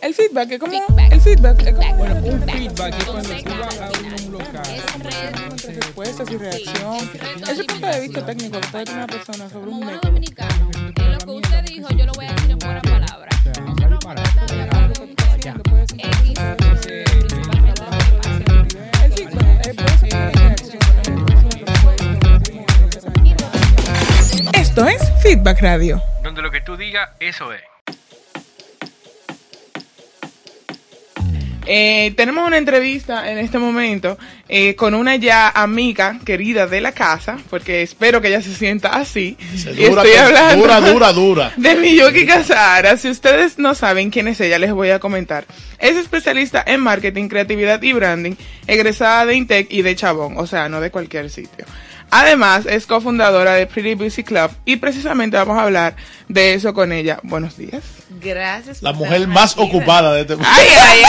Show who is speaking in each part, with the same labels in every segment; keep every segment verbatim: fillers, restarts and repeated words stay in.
Speaker 1: El feedback es como... Feedback. El feedback es como...
Speaker 2: Bueno, un feedback es cuando tú vas a un local.
Speaker 1: Entre respuestas y reacción. Ese punto de vista técnico que puede tener una persona sobre un método.
Speaker 3: Dominicano, en lo que usted dijo, yo lo voy a decir en buenas palabras.
Speaker 1: Esto es Feedback Radio,
Speaker 2: donde lo que tú digas, eso es.
Speaker 1: Eh, tenemos una entrevista en este momento eh, con una ya amiga querida de la casa, porque espero que ella se sienta así.
Speaker 4: Se
Speaker 1: y
Speaker 4: dura,
Speaker 1: estoy hablando
Speaker 4: dura, dura, dura.
Speaker 1: de Miyuki Casara. Si ustedes no saben quién es ella, les voy a comentar. Es especialista en marketing, creatividad y branding, egresada de Intec y de Chabón, o sea, no de cualquier sitio. Además, es cofundadora de Pretty Busy Club y precisamente vamos a hablar de eso con ella. Buenos días.
Speaker 5: Gracias.
Speaker 4: La mujer más aquí ocupada de este mundo.
Speaker 1: ¡Ay, ay,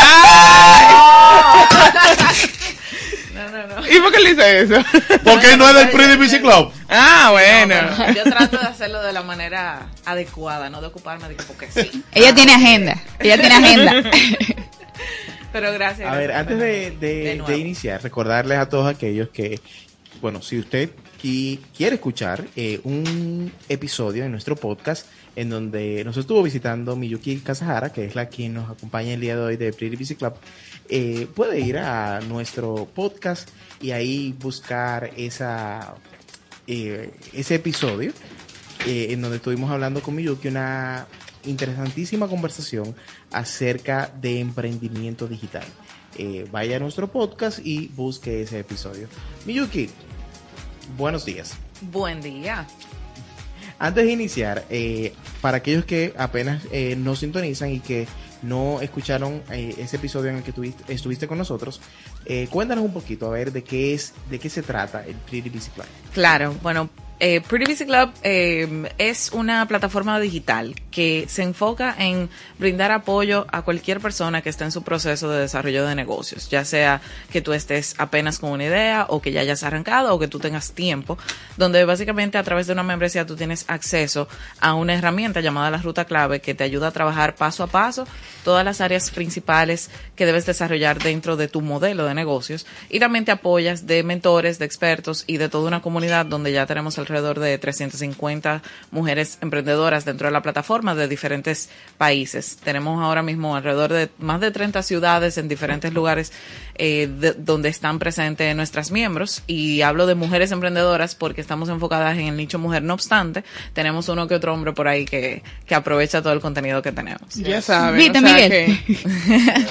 Speaker 1: ay!
Speaker 5: No, no, no.
Speaker 1: ¿Y por qué le hice eso?
Speaker 4: ¿Por qué no es del Pretty Busy Club?
Speaker 1: Ah, bueno.
Speaker 5: No, pero yo trato de hacerlo de la manera adecuada, no de ocuparme de que porque sí.
Speaker 6: Ella tiene agenda. Ella tiene agenda.
Speaker 5: Pero gracias.
Speaker 7: A ver,
Speaker 5: gracias
Speaker 7: antes
Speaker 5: por-
Speaker 7: de, de,
Speaker 5: nuevo.
Speaker 7: de iniciar, recordarles a todos aquellos que, bueno, si usted qui- quiere escuchar eh, un episodio de nuestro podcast en donde nos estuvo visitando Miyuki Kasahara, que es la quien nos acompaña el día de hoy de Pretty Busy Club, eh, puede ir a nuestro podcast y ahí buscar esa eh, ese episodio eh, en donde estuvimos hablando con Miyuki, una interesantísima conversación acerca de emprendimiento digital. Eh, vaya a nuestro podcast y busque ese episodio. Miyuki, buenos días.
Speaker 5: Buen día.
Speaker 7: Antes de iniciar, eh, para aquellos que apenas eh, nos sintonizan y que no escucharon eh, ese episodio en el que tuviste, estuviste con nosotros, eh, cuéntanos un poquito a ver de qué es, de qué se trata el Pretty Busy Club.
Speaker 5: Claro, bueno, eh, Pretty Busy Club eh, es una plataforma digital que se enfoca en brindar apoyo a cualquier persona que esté en su proceso de desarrollo de negocios, ya sea que tú estés apenas con una idea o que ya hayas arrancado o que tú tengas tiempo, donde básicamente a través de una membresía tú tienes acceso a una herramienta llamada la Ruta Clave que te ayuda a trabajar paso a paso todas las áreas principales que debes desarrollar dentro de tu modelo de negocios, y también te apoyas de mentores, de expertos y de toda una comunidad donde ya tenemos alrededor de trescientas cincuenta mujeres emprendedoras dentro de la plataforma de diferentes países. Tenemos ahora mismo alrededor de más de treinta ciudades en diferentes lugares eh, de, donde están presentes nuestras miembros, y hablo de mujeres emprendedoras porque estamos enfocadas en el nicho mujer. No obstante, tenemos uno que otro hombre por ahí que, que aprovecha todo el contenido que tenemos.
Speaker 1: Ya saben.
Speaker 6: ¿Viste,
Speaker 1: o sea
Speaker 6: Miguel?
Speaker 1: que-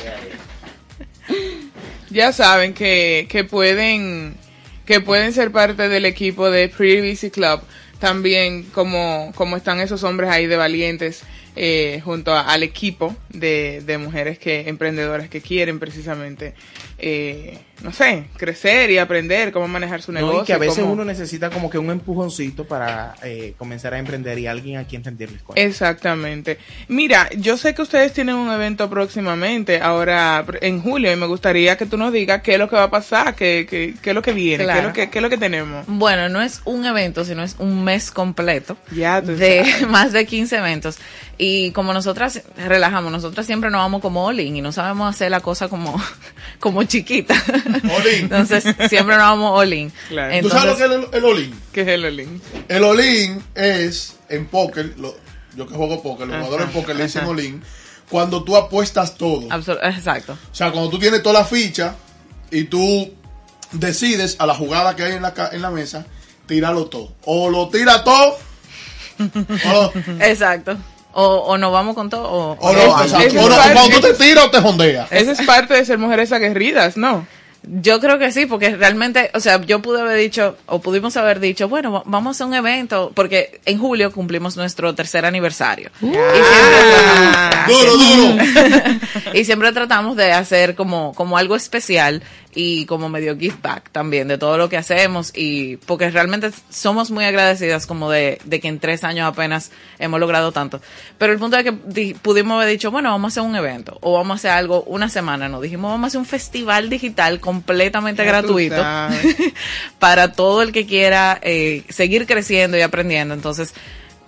Speaker 1: ya saben que, que pueden que pueden ser parte del equipo de Pretty Busy Club, también como, como están esos hombres ahí de valientes eh, junto a- al equipo de, de mujeres que emprendedoras que quieren precisamente eh, no sé, crecer y aprender cómo manejar su
Speaker 7: No,
Speaker 1: negocio.
Speaker 7: y que a veces
Speaker 1: cómo-
Speaker 7: uno necesita como que un empujoncito para eh, comenzar a emprender y alguien a quien rendirles cuentas.
Speaker 1: Exactamente. Mira, yo sé que ustedes tienen un evento próximamente, ahora pr- en julio, y me gustaría que tú nos digas qué es lo que va a pasar, qué, qué, qué es lo que viene,
Speaker 5: Claro.
Speaker 1: qué, es lo que, qué es lo que tenemos.
Speaker 5: Bueno, no es un evento, sino es un mes completo
Speaker 1: Ya tú
Speaker 5: de
Speaker 1: sabes.
Speaker 5: más de quince eventos. Y como nosotras relajamos, nosotras siempre nos vamos como all-in y no sabemos hacer la cosa como, como chiquita.
Speaker 4: All-in.
Speaker 5: Entonces, siempre nos vamos all-in.
Speaker 1: Claro.
Speaker 4: ¿Tú
Speaker 5: Entonces,
Speaker 4: sabes lo que es el, el all-in?
Speaker 1: ¿Qué es el all-in?
Speaker 4: El all-in es, en póker, lo- yo que juego póker, los
Speaker 1: Ajá,
Speaker 4: jugadores de póker le dicen
Speaker 1: ajá.
Speaker 4: all-in, cuando tú apuestas todo.
Speaker 5: absol- exacto.
Speaker 4: O sea, cuando tú tienes toda la ficha y tú decides a la jugada que hay en la, ca- en la mesa, tirarlo todo. O lo tira todo, o, lo-
Speaker 5: Exacto. O, o nos vamos con todo o,
Speaker 4: o,
Speaker 5: no
Speaker 4: lo-
Speaker 5: vamos.
Speaker 4: exacto.
Speaker 1: Eso
Speaker 4: O no,
Speaker 1: es
Speaker 4: o cuando
Speaker 1: parte-
Speaker 4: tú te tiras o te jondeas.
Speaker 1: Eso es parte de ser mujeres aguerridas, ¿no?
Speaker 5: Yo creo que sí, porque realmente, o sea, yo pude haber dicho, o pudimos haber dicho, bueno, va- vamos a un evento, porque en julio cumplimos nuestro tercer aniversario. Y
Speaker 1: Ah.
Speaker 5: siempre
Speaker 4: Duro, duro.
Speaker 5: y siempre tratamos de hacer como, como algo especial y como medio give back también de todo lo que hacemos, y porque realmente somos muy agradecidas como de, de que en tres años apenas hemos logrado tanto. Pero el punto es que di- pudimos haber dicho, bueno, vamos a hacer un evento o vamos a hacer algo una semana, no, dijimos vamos a hacer un festival digital completamente
Speaker 1: Ya tú
Speaker 5: gratuito
Speaker 1: sabes.
Speaker 5: para todo el que quiera eh, seguir creciendo y aprendiendo. Entonces,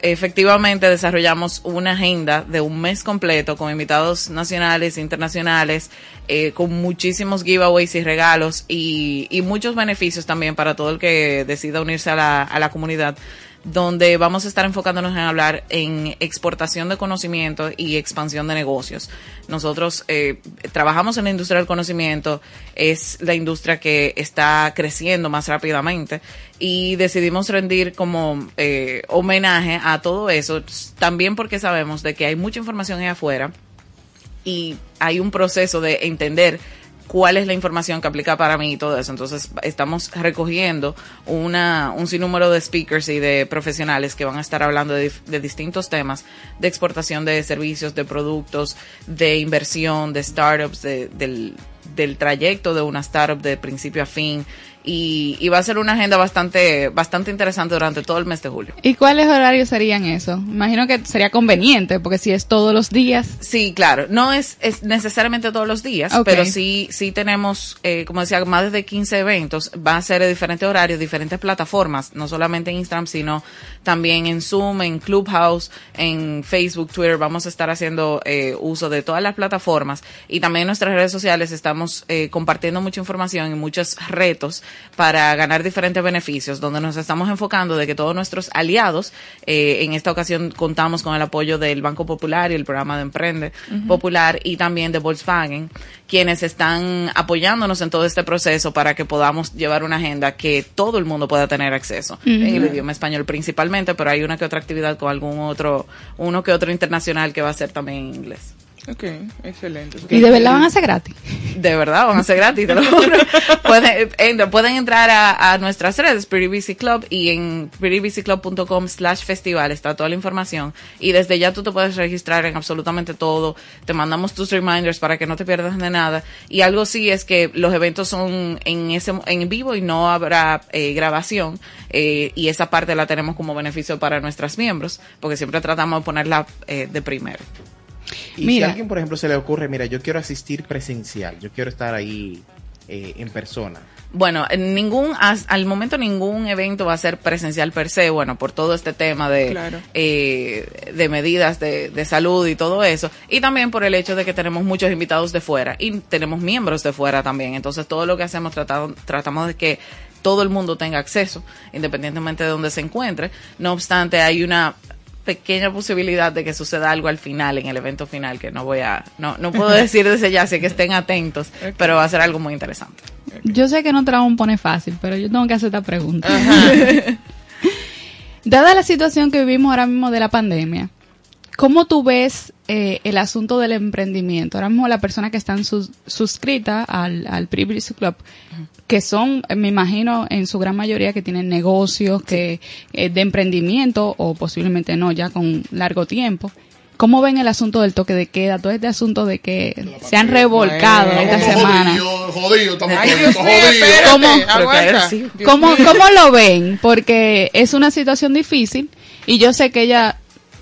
Speaker 5: efectivamente desarrollamos una agenda de un mes completo con invitados nacionales, internacionales, eh, con muchísimos giveaways y regalos y, y muchos beneficios también para todo el que decida unirse a la, a la comunidad, donde vamos a estar enfocándonos en hablar en exportación de conocimiento y expansión de negocios. Nosotros eh, trabajamos en la industria del conocimiento, es la industria que está creciendo más rápidamente y decidimos rendir como eh, homenaje a todo eso, también porque sabemos de que hay mucha información ahí afuera y hay un proceso de entender cuál es la información que aplica para mí y todo eso. Entonces, estamos recogiendo una un sinnúmero de speakers y de profesionales que van a estar hablando de, de distintos temas, de exportación de servicios, de productos, de inversión, de startups, de, del, del trayecto de una startup de principio a fin. Y, y va a ser una agenda bastante bastante interesante durante todo el mes de julio.
Speaker 6: ¿Y cuáles horarios serían eso? Imagino que sería conveniente, porque si es todos los días.
Speaker 5: Sí, claro. No es, es necesariamente todos los días,
Speaker 6: Okay.
Speaker 5: pero sí sí tenemos, eh, como decía, más de quince eventos. Va a ser de diferentes horarios, diferentes plataformas, no solamente en Instagram, sino también en Zoom, en Clubhouse, en Facebook, Twitter. Vamos a estar haciendo eh, uso de todas las plataformas. Y también en nuestras redes sociales estamos eh, compartiendo mucha información y muchos retos para ganar diferentes beneficios, donde nos estamos enfocando de que todos nuestros aliados, eh, en esta ocasión contamos con el apoyo del Banco Popular y el programa de Emprende uh-huh. Popular y también de Volkswagen, quienes están apoyándonos en todo este proceso para que podamos llevar una agenda que todo el mundo pueda tener acceso uh-huh. en el idioma español principalmente, pero hay una que otra actividad con algún otro, uno que otro internacional que va a ser también en inglés.
Speaker 1: Ok, excelente.
Speaker 6: ¿Y de verdad van a ser gratis?
Speaker 5: De verdad, van a ser gratis, te lo juro. Pueden, en, pueden entrar a, a nuestras redes, Pretty Busy Club, y en prettybusyclub.com slash festival está toda la información. Y desde ya tú te puedes registrar en absolutamente todo. Te mandamos tus reminders para que no te pierdas de nada. Y algo sí es que los eventos son en ese en vivo y no habrá eh, grabación. Eh, y esa parte la tenemos como beneficio para nuestros miembros, porque siempre tratamos de ponerla eh, de primero.
Speaker 7: Y mira, si a alguien, por ejemplo, se le ocurre, mira, yo quiero asistir presencial, yo quiero estar ahí eh, en persona.
Speaker 5: Bueno, ningún al momento ningún evento va a ser presencial per se, bueno, por todo este tema de
Speaker 1: claro.
Speaker 5: eh, de medidas de, de salud y todo eso, y también por el hecho de que tenemos muchos invitados de fuera y tenemos miembros de fuera también, entonces todo lo que hacemos tratado, tratamos de que todo el mundo tenga acceso, independientemente de donde se encuentre. No obstante, hay una pequeña posibilidad de que suceda algo al final, en el evento final, que no voy a, no, no puedo decir desde ya, así que estén atentos, okay. pero va a ser algo muy interesante.
Speaker 6: Okay. Yo sé que no te la vamos a poner fácil, pero yo tengo que hacer esta pregunta. Dada la situación que vivimos ahora mismo de la pandemia, ¿cómo tú ves eh, el asunto del emprendimiento? Ahora mismo las personas que están sus, suscritas al, al Pretty Busy Club, que son, me imagino, en su gran mayoría que tienen negocios que eh, de emprendimiento o posiblemente no, ya con largo tiempo. ¿Cómo ven el asunto del toque de queda? Todo este asunto de que se han revolcado bueno, esta semana.
Speaker 4: Jodido, jodido, estamos
Speaker 1: Ay,
Speaker 4: jodidos.
Speaker 1: Dios mío, espérate,
Speaker 6: ¿Cómo,
Speaker 1: aguanta.
Speaker 6: ¿cómo, ¿Cómo lo ven? Porque es una situación difícil y yo sé que ella,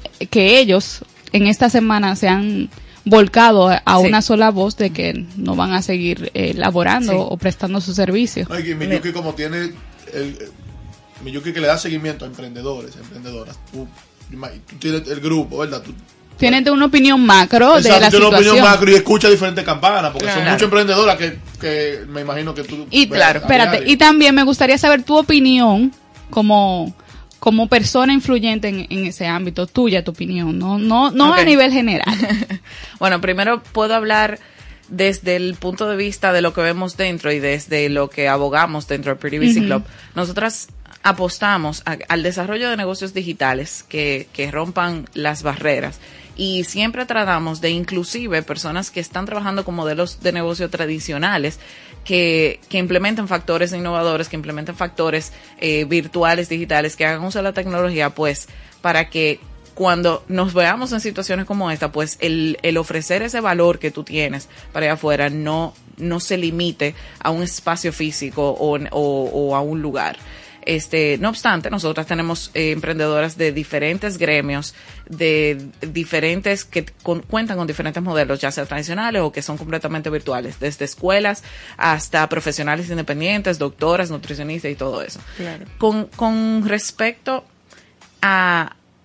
Speaker 6: que ellos en esta semana se han volcado a sí. una sola voz de que no van a seguir eh, laborando sí. o prestando su servicio.
Speaker 4: No, y Miyuki como tiene el, el Miyuki que le da seguimiento a emprendedores, emprendedoras. Tú, tú tienes el grupo, ¿verdad? Tú,
Speaker 6: Tienes una opinión macro
Speaker 4: exacto,
Speaker 6: de la
Speaker 4: tiene
Speaker 6: situación.
Speaker 4: Una opinión macro y escucha diferentes campanas, porque
Speaker 5: claro.
Speaker 4: son muchas emprendedoras que, que me imagino que tú...
Speaker 6: Y claro, espérate, y también me gustaría saber tu opinión como... como persona influyente en, en ese ámbito, tuya, tu opinión, no no no okay. a nivel general.
Speaker 5: Bueno, primero puedo hablar desde el punto de vista de lo que vemos dentro y desde lo que abogamos dentro del Pretty Busy uh-huh. Club. Nosotras apostamos a, al desarrollo de negocios digitales que, que rompan las barreras. Y siempre tratamos de inclusive personas que están trabajando con modelos de negocio tradicionales que, que implementen factores innovadores, que implementen factores eh, virtuales, digitales, que hagan uso de la tecnología, pues, para que cuando nos veamos en situaciones como esta, pues, el, el ofrecer ese valor que tú tienes para allá afuera no, no se limite a un espacio físico o, o, o a un lugar. Este, no obstante, nosotras tenemos eh, emprendedoras de diferentes gremios, de diferentes que con, cuentan con diferentes modelos, ya sea tradicionales o que son completamente virtuales, desde escuelas hasta profesionales independientes, doctoras, nutricionistas y todo eso.
Speaker 1: Claro.
Speaker 5: Con, con respecto a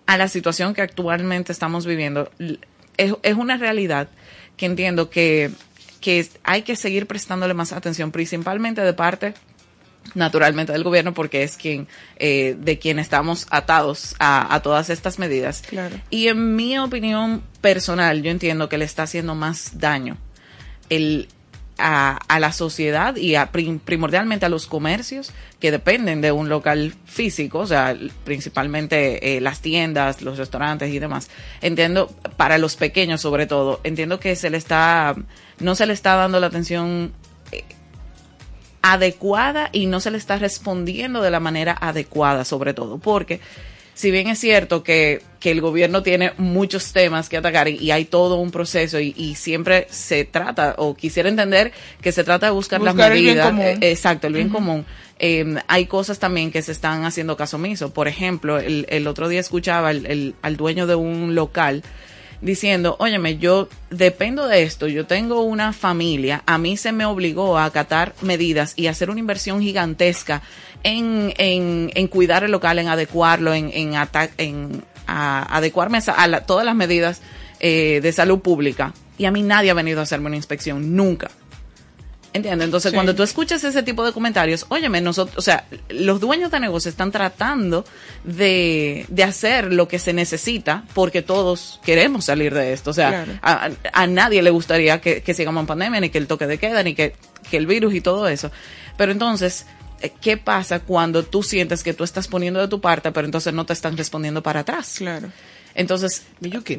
Speaker 5: a la situación que actualmente estamos viviendo, es, es una realidad que entiendo que, que hay que seguir prestándole más atención, principalmente de parte, naturalmente, del gobierno, porque es quien eh, de quien estamos atados a, a todas estas medidas.
Speaker 1: Claro.
Speaker 5: Y en mi opinión personal, yo entiendo que le está haciendo más daño el A, a la sociedad y a, prim, primordialmente a los comercios que dependen de un local físico, o sea, principalmente eh, las tiendas, los restaurantes y demás. Entiendo, para los pequeños sobre todo, entiendo que se le está, no se le está dando la atención eh, adecuada y no se le está respondiendo de la manera adecuada, sobre todo, porque si bien es cierto que, que el gobierno tiene muchos temas que atacar y, y hay todo un proceso y, y siempre se trata, o quisiera entender que se trata de buscar,
Speaker 1: Buscar
Speaker 5: las
Speaker 1: el bien
Speaker 5: medidas.
Speaker 1: común.
Speaker 5: Eh, exacto, el bien
Speaker 1: Uh-huh.
Speaker 5: común. Eh, hay cosas también que se están haciendo caso omiso. Por ejemplo, el, el otro día escuchaba el, el, al dueño de un local diciendo, óyeme, yo dependo de esto, yo tengo una familia, a mí se me obligó a acatar medidas y hacer una inversión gigantesca en, en, en cuidar el local, en adecuarlo, en, en, ata- en a, adecuarme a, a la, todas las medidas eh, de salud pública. Y a mí nadie ha venido a hacerme una inspección, nunca. ¿Entiendes? Entonces,
Speaker 1: Sí.
Speaker 5: cuando tú escuchas ese tipo de comentarios, óyeme, nosotros, o sea, los dueños de negocios están tratando de, de hacer lo que se necesita porque todos queremos salir de esto. O sea,
Speaker 1: Claro.
Speaker 5: a, a nadie le gustaría que, que sigamos en pandemia, ni que el toque de queda, ni que, que el virus y todo eso. Pero entonces, ¿qué pasa cuando tú sientes que tú estás poniendo de tu parte, pero entonces no te están respondiendo para atrás?
Speaker 1: Claro.
Speaker 5: Entonces,
Speaker 7: Miyuki,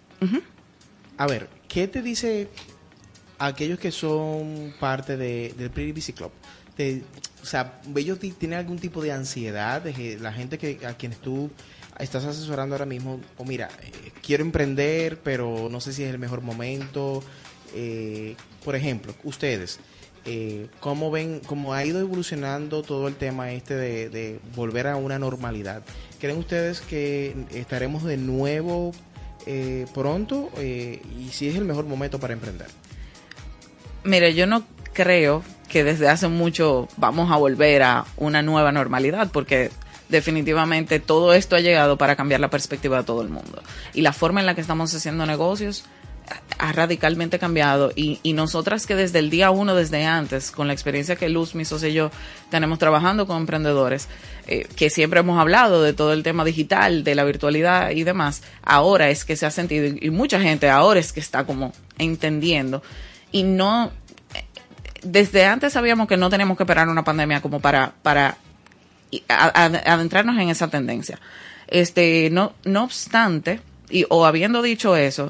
Speaker 7: a ver, ¿qué te dice aquellos que son parte de, del Pretty Busy Club? Te, o sea, ¿ellos ti- tienen algún tipo de ansiedad? De que la gente que a quienes tú estás asesorando ahora mismo, o mira, eh, quiero emprender, pero no sé si es el mejor momento. Eh, por ejemplo, ustedes, eh, ¿cómo ven, cómo ha ido evolucionando todo el tema este de, de volver a una normalidad? ¿Creen ustedes que estaremos de nuevo eh, pronto? Eh, y si es el mejor momento para emprender.
Speaker 5: mire, yo no creo que desde hace mucho vamos a volver a una nueva normalidad, porque definitivamente todo esto ha llegado para cambiar la perspectiva de todo el mundo. Y la forma en la que estamos haciendo negocios ha radicalmente cambiado, y, y nosotras que desde el día uno, desde antes, con la experiencia que Luz, mi socia y yo tenemos trabajando con emprendedores, eh, que siempre hemos hablado de todo el tema digital, de la virtualidad y demás, ahora es que se ha sentido, y, y mucha gente ahora es que está como entendiendo, y no, desde antes sabíamos que no teníamos que esperar una pandemia como para, para a, a, adentrarnos en esa tendencia. Este, no, no obstante, y, o habiendo dicho eso,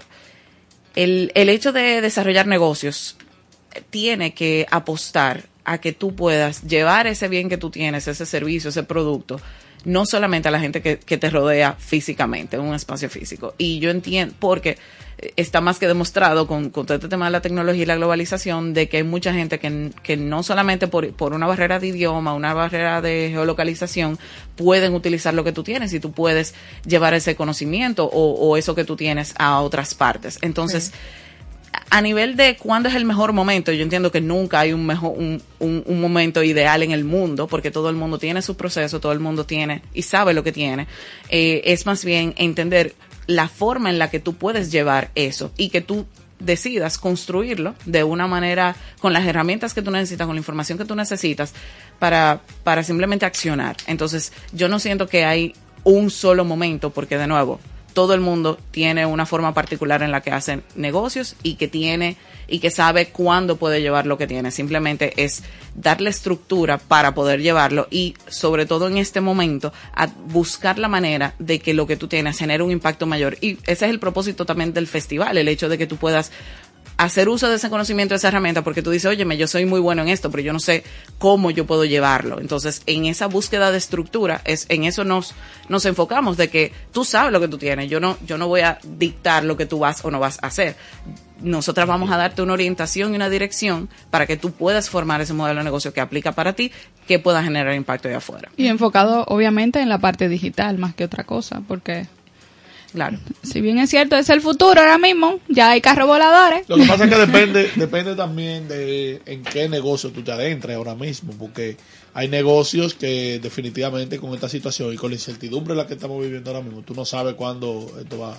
Speaker 5: El, el hecho de desarrollar negocios tiene que apostar a que tú puedas llevar ese bien que tú tienes, ese servicio, ese producto, no solamente a la gente que, que te rodea físicamente, en un espacio físico. Y yo entiendo, porque está más que demostrado con, con todo este tema de la tecnología y la globalización, de que hay mucha gente que, que no solamente por, por una barrera de idioma, una barrera de geolocalización, pueden utilizar lo que tú tienes, y tú puedes llevar ese conocimiento o, o eso que tú tienes a otras partes. Entonces, sí. A nivel de cuándo es el mejor momento, yo entiendo que nunca hay un mejor un, un, un momento ideal en el mundo, porque todo el mundo tiene su proceso, todo el mundo tiene y sabe lo que tiene. Eh, es más bien entender la forma en la que tú puedes llevar eso, y que tú decidas construirlo de una manera, con las herramientas que tú necesitas, con la información que tú necesitas para, para simplemente accionar. Entonces, yo no siento que hay un solo momento, porque de nuevo, todo el mundo tiene una forma particular en la que hacen negocios, y que tiene y que sabe cuándo puede llevar lo que tiene. Simplemente es darle estructura para poder llevarlo, y sobre todo en este momento a buscar la manera de que lo que tú tienes genere un impacto mayor. Y ese es el propósito también del festival, el hecho de que tú puedas hacer uso de ese conocimiento, de esa herramienta, porque tú dices, óyeme, yo soy muy bueno en esto, pero yo no sé cómo yo puedo llevarlo. Entonces, en esa búsqueda de estructura, es en eso nos nos enfocamos, de que tú sabes lo que tú tienes. Yo no yo no voy a dictar lo que tú vas o no vas a hacer. Nosotras vamos a darte una orientación y una dirección para que tú puedas formar ese modelo de negocio que aplica para ti, que pueda generar impacto de afuera.
Speaker 6: Y enfocado, obviamente, en la parte digital más que otra cosa, porque
Speaker 5: Claro.
Speaker 6: Si bien es cierto, es el futuro ahora mismo, ya hay carros voladores.
Speaker 8: Lo que pasa es que depende, depende también de en qué negocio tú te adentres ahora mismo, porque hay negocios que definitivamente con esta situación y con la incertidumbre en la que estamos viviendo ahora mismo, tú no sabes cuándo esto va.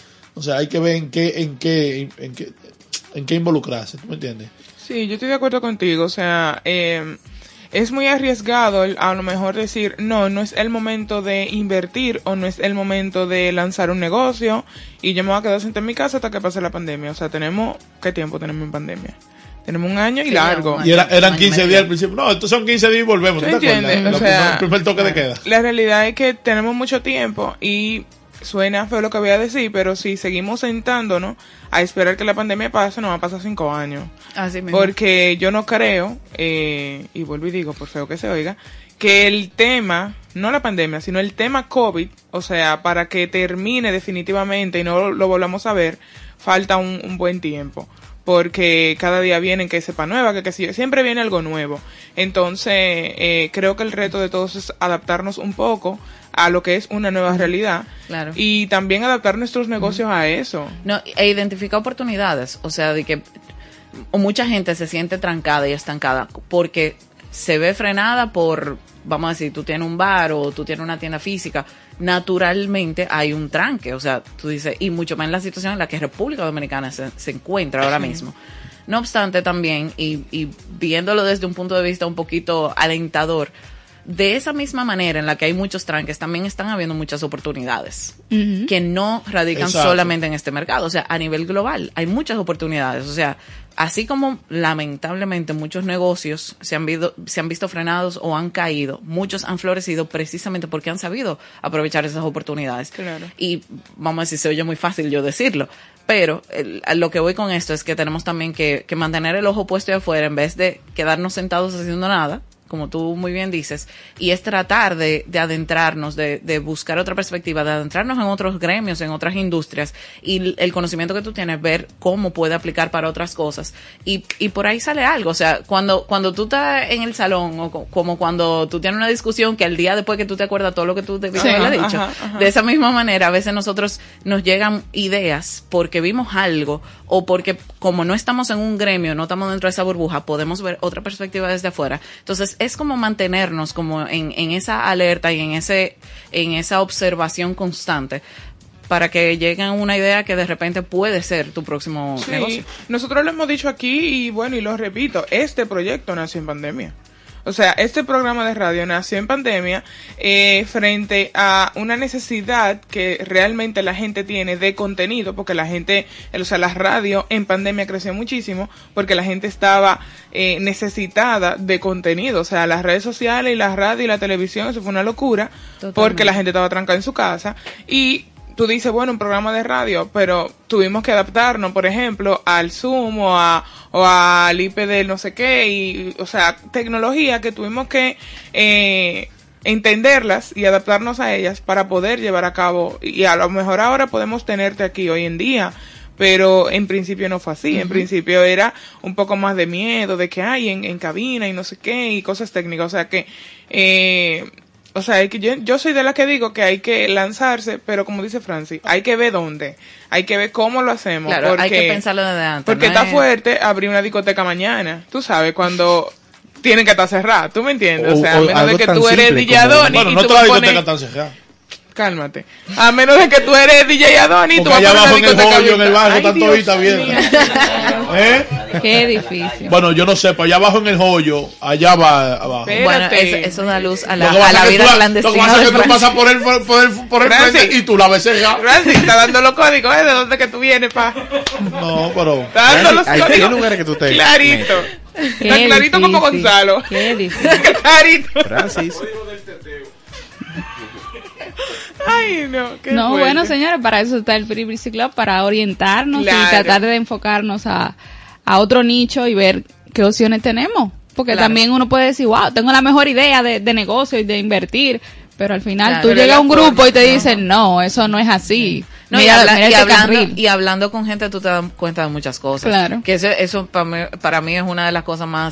Speaker 8: O sea, hay que ver en qué, en qué, en qué, en qué involucrarse, ¿tú me entiendes?
Speaker 1: Sí, yo estoy de acuerdo contigo, o sea, eh, es muy arriesgado el- a lo mejor decir, no, no es el momento de invertir o no es el momento de lanzar un negocio y yo me voy a quedar sentada en mi casa hasta que pase la pandemia. O sea, tenemos, ¿qué tiempo tenemos en pandemia? Tenemos un año y
Speaker 5: Sí,
Speaker 1: largo.
Speaker 5: un
Speaker 8: Y era, eran
Speaker 5: año y
Speaker 8: quince
Speaker 5: medio.
Speaker 8: días al principio. No, estos son quince días y volvemos.
Speaker 1: ¿Tú
Speaker 8: ¿Tú te acuerdas?
Speaker 1: entiendes?
Speaker 8: La
Speaker 1: O sea,
Speaker 8: primer- el primer toque de queda.
Speaker 1: La realidad es que tenemos mucho tiempo y suena feo lo que voy a decir, pero si seguimos sentándonos a esperar que la pandemia pase, nos va a pasar cinco años.
Speaker 5: Así mismo.
Speaker 1: Porque yo no creo, eh, y vuelvo y digo, por feo que se oiga, que el tema, no la pandemia, sino el tema COVID, o sea, para que termine definitivamente y no lo volvamos a ver, falta un, un buen tiempo. Porque cada día vienen que sepa nueva, que, que si- siempre viene algo nuevo. Entonces, eh, creo que el reto de todos es adaptarnos un poco a lo que es una nueva realidad.
Speaker 5: Claro.
Speaker 1: Y también adaptar nuestros negocios a eso.
Speaker 5: No, e identificar oportunidades, o sea, de que o mucha gente se siente trancada y estancada porque se ve frenada por, vamos a decir, tú tienes un bar o tú tienes una tienda física, naturalmente hay un tranque, o sea, tú dices, y mucho más en la situación en la que República Dominicana se, se encuentra ahora mismo. No obstante, también, y, y viéndolo desde un punto de vista un poquito alentador, de esa misma manera en la que hay muchos tranques, también están habiendo muchas oportunidades
Speaker 6: Ujú.
Speaker 5: que no radican
Speaker 8: Exacto.
Speaker 5: solamente en este mercado. O sea, a nivel global hay muchas oportunidades. O sea, así como lamentablemente muchos negocios se han, visto, se han visto frenados o han caído, muchos han florecido precisamente porque han sabido aprovechar esas oportunidades.
Speaker 1: Claro.
Speaker 5: Y vamos a decir, se oye muy fácil yo decirlo, pero el- a lo que voy con esto es que tenemos también que, que mantener el ojo puesto de afuera en vez de quedarnos sentados haciendo nada, como tú muy bien dices, y es tratar de, de adentrarnos, de, de buscar otra perspectiva, de adentrarnos en otros gremios, en otras industrias, y l- el conocimiento que tú tienes, ver cómo puede aplicar para otras cosas, y, y por ahí sale algo. O sea, cuando, cuando tú estás en el salón, o co- como cuando tú tienes una discusión que al día después que tú te acuerdas todo lo que tú debías
Speaker 1: Sí,
Speaker 5: haberle
Speaker 1: ajá,
Speaker 5: dicho,
Speaker 1: ajá.
Speaker 5: de esa misma manera, a veces nosotros nos llegan ideas porque vimos algo, o porque como no estamos en un gremio, no estamos dentro de esa burbuja, podemos ver otra perspectiva desde afuera. Entonces es como mantenernos como en, en esa alerta y en ese en esa observación constante para que lleguen a una idea que de repente puede ser tu próximo
Speaker 1: Sí,
Speaker 5: negocio.
Speaker 1: nosotros lo hemos dicho aquí y bueno, y lo repito, este proyecto nació en pandemia. O sea, este programa de radio nació en pandemia eh, frente a una necesidad que realmente la gente tiene de contenido, porque la gente, o sea, la radio en pandemia creció muchísimo porque la gente estaba eh, necesitada de contenido. O sea, las redes sociales y la radio y la televisión, eso fue una locura
Speaker 5: Totalmente.
Speaker 1: porque la gente estaba trancada en su casa y tú dices, bueno, un programa de radio, pero tuvimos que adaptarnos, por ejemplo, al Zoom o, a, o al I P del no sé qué, y, o sea, tecnología que tuvimos que eh, entenderlas y adaptarnos a ellas para poder llevar a cabo, y a lo mejor ahora podemos tenerte aquí hoy en día, pero en principio no fue así. En principio era un poco más de miedo, de que hay en, en cabina y no sé qué, y cosas técnicas, o sea que... Eh, O sea, es que yo, yo soy de las que digo que hay que lanzarse, pero como dice Francis, hay que ver dónde, hay que ver cómo lo hacemos.
Speaker 5: Claro,
Speaker 1: porque,
Speaker 5: hay que pensarlo desde antes.
Speaker 1: Porque
Speaker 5: no
Speaker 1: está
Speaker 5: es-
Speaker 1: fuerte abrir una discoteca mañana, tú sabes, cuando tienen que estar cerradas, ¿tú me entiendes? O,
Speaker 7: O-
Speaker 1: sea, a
Speaker 7: o
Speaker 1: menos de
Speaker 7: algo
Speaker 1: que
Speaker 7: tan
Speaker 1: tú eres
Speaker 7: simple
Speaker 1: D J
Speaker 7: como-
Speaker 1: Adoni
Speaker 8: Bueno,
Speaker 1: y
Speaker 8: no
Speaker 1: tú
Speaker 8: toda la
Speaker 1: vas a
Speaker 8: discoteca
Speaker 1: poner...
Speaker 8: tan cerrada.
Speaker 1: Cálmate. A menos de que tú eres D J Adoni y tú
Speaker 8: Porque
Speaker 1: vas a
Speaker 8: allá
Speaker 1: poner
Speaker 8: abajo
Speaker 1: una
Speaker 8: en el
Speaker 1: discoteca
Speaker 8: hoyo, en el
Speaker 1: abierta.
Speaker 8: barrio,
Speaker 1: Ay,
Speaker 8: están
Speaker 1: Dios
Speaker 8: toditas
Speaker 1: mío.
Speaker 8: abiertas. ¿Eh?
Speaker 6: Qué difícil.
Speaker 8: Bueno, yo no sé, pero allá abajo en el hoyo, allá va abajo.
Speaker 1: Espérate.
Speaker 5: Bueno, eso, eso da luz a la,
Speaker 8: Lo que pasa
Speaker 5: a la
Speaker 8: es que
Speaker 5: vida
Speaker 8: tú la-
Speaker 5: clandestina.
Speaker 8: Lo que pasa es
Speaker 5: de
Speaker 8: que tú
Speaker 5: Francia.
Speaker 8: pasas por el, por, por el, por el
Speaker 1: Francis.
Speaker 8: frente y tú la ves cerrada.
Speaker 1: Francis, está dando los códigos, ¿eh? ¿De dónde que tú vienes, pa?
Speaker 8: No, pero...
Speaker 1: Está dando los
Speaker 7: Hay qué
Speaker 1: códigos.
Speaker 7: lugares que tú te
Speaker 1: Clarito.
Speaker 6: Qué
Speaker 1: Está clarito como
Speaker 6: difícil,
Speaker 1: Gonzalo.
Speaker 6: Qué difícil.
Speaker 1: Clarito.
Speaker 7: Francis.
Speaker 1: Ay, no. Qué
Speaker 6: No,
Speaker 1: fuerte.
Speaker 6: bueno, señores, para eso está el Privacy Club, para orientarnos
Speaker 1: Claro.
Speaker 6: y tratar de enfocarnos a, a otro nicho y ver qué opciones tenemos. Porque
Speaker 5: Claro.
Speaker 6: también uno puede decir, wow, tengo la mejor idea de, de negocio y de invertir, pero al final
Speaker 5: Claro,
Speaker 6: tú
Speaker 1: pero
Speaker 6: llegas a
Speaker 1: la
Speaker 6: un grupo
Speaker 1: forma,
Speaker 6: y te dicen, no, eso no es así.
Speaker 5: No,
Speaker 6: mira,
Speaker 5: y, habla-
Speaker 6: mira
Speaker 5: y
Speaker 6: este
Speaker 5: hablando,
Speaker 6: carril.
Speaker 5: y hablando con gente tú te das cuenta de muchas cosas.
Speaker 6: Claro.
Speaker 5: Que eso, eso para, mí, para mí es una de las cosas más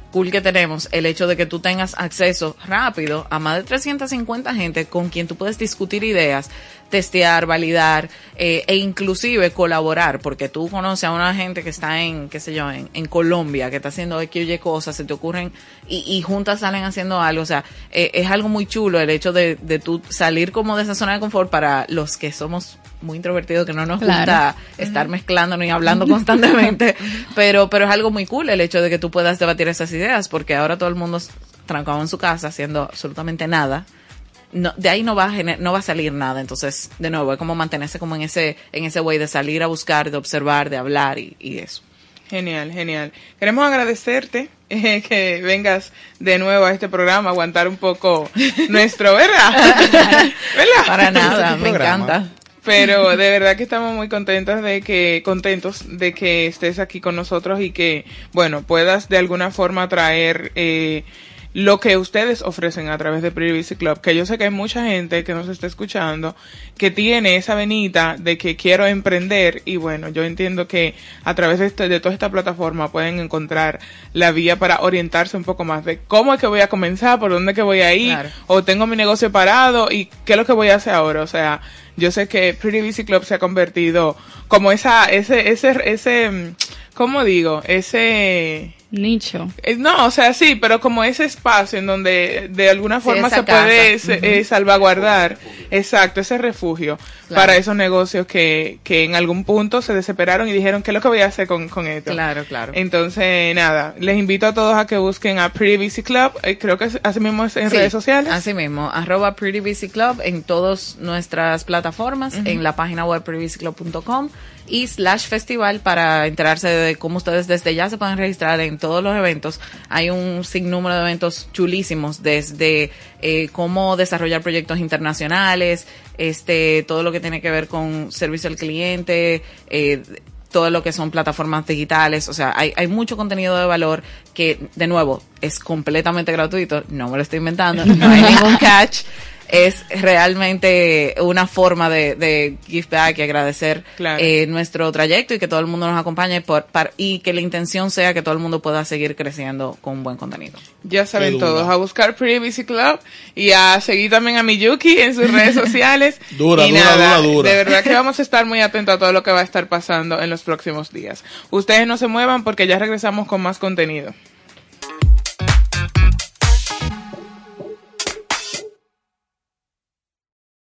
Speaker 5: cool que tenemos el hecho de que tú tengas acceso rápido a más de trescientas cincuenta gente con quien tú puedes discutir ideas, testear, validar eh, e inclusive colaborar, porque tú conoces a una gente que está en, qué sé yo, en, en Colombia, que está haciendo X o Y cosas, se te ocurren y, y juntas salen haciendo algo. O sea, eh, es algo muy chulo el hecho de, de tú salir como de esa zona de confort para los que somos muy introvertidos, que no nos
Speaker 6: Claro.
Speaker 5: gusta estar mezclándonos y hablando constantemente, pero pero es algo muy cool el hecho de que tú puedas debatir esas ideas, porque ahora todo el mundo trancado en su casa haciendo absolutamente nada. No, de ahí no va a gener, no va a salir nada. Entonces, de nuevo, es como mantenerse como en ese en ese way de salir a buscar, de observar, de hablar y, y eso.
Speaker 1: Genial, genial. Queremos agradecerte eh, que vengas de nuevo a este programa, aguantar un poco nuestro, ¿verdad? ¿Verdad?
Speaker 5: Para nada,
Speaker 7: Este
Speaker 5: me
Speaker 7: programa.
Speaker 5: encanta.
Speaker 1: Pero de verdad que estamos muy contentos de que, contentos de que estés aquí con nosotros y que, bueno, puedas de alguna forma traer eh, lo que ustedes ofrecen a través de Pretty Busy Club, que yo sé que hay mucha gente que nos está escuchando que tiene esa venita de que quiero emprender, y bueno, yo entiendo que a través de, este, de toda esta plataforma pueden encontrar la vía para orientarse un poco más de cómo es que voy a comenzar, por dónde es que voy a ir,
Speaker 5: Claro.
Speaker 1: o tengo mi negocio parado y qué es lo que voy a hacer ahora. O sea, yo sé que Pretty Busy Club se ha convertido como esa, ese, ese, ese, mm, ¿cómo digo? Ese...
Speaker 6: Nicho.
Speaker 1: Eh, No, o sea, sí, pero como ese espacio en donde de alguna
Speaker 5: Sí,
Speaker 1: forma
Speaker 5: esa
Speaker 1: se puede
Speaker 5: casa.
Speaker 1: se- eh, salvaguardar, exacto, ese refugio
Speaker 5: Claro.
Speaker 1: para esos negocios que, que en algún punto se desesperaron y dijeron, ¿qué es lo que voy a hacer con, con esto?
Speaker 5: Claro, claro.
Speaker 1: Entonces, nada, les invito a todos a que busquen a Pretty Busy Club, eh, creo que es- así mismo es en
Speaker 5: Sí,
Speaker 1: redes sociales.
Speaker 5: Así mismo, arroba Pretty Busy Club en todas nuestras plataformas, en la página web pretty busy club punto com y slash festival para enterarse de cómo ustedes desde ya se pueden registrar en todos los eventos. Hay un sinnúmero de eventos chulísimos, desde eh, cómo desarrollar proyectos internacionales, este, todo lo que tiene que ver con servicio al cliente, eh, todo lo que son plataformas digitales. O sea, hay, hay mucho contenido de valor que, de nuevo, es completamente gratuito, no me lo estoy inventando, no hay ningún catch. Es realmente una forma de, de give back y agradecer
Speaker 1: Claro.
Speaker 5: eh, nuestro trayecto y que todo el mundo nos acompañe por, par- y que la intención sea que todo el mundo pueda seguir creciendo con buen contenido.
Speaker 1: Ya saben
Speaker 8: Qué dura.
Speaker 1: todos, a buscar Pretty Busy Club y a seguir también a Miyuki en sus redes sociales.
Speaker 8: Dura,
Speaker 1: y
Speaker 8: dura,
Speaker 1: nada,
Speaker 8: dura, dura.
Speaker 1: de verdad que vamos a estar muy atentos a todo lo que va a estar pasando en los próximos días. Ustedes no se muevan porque ya regresamos con más contenido.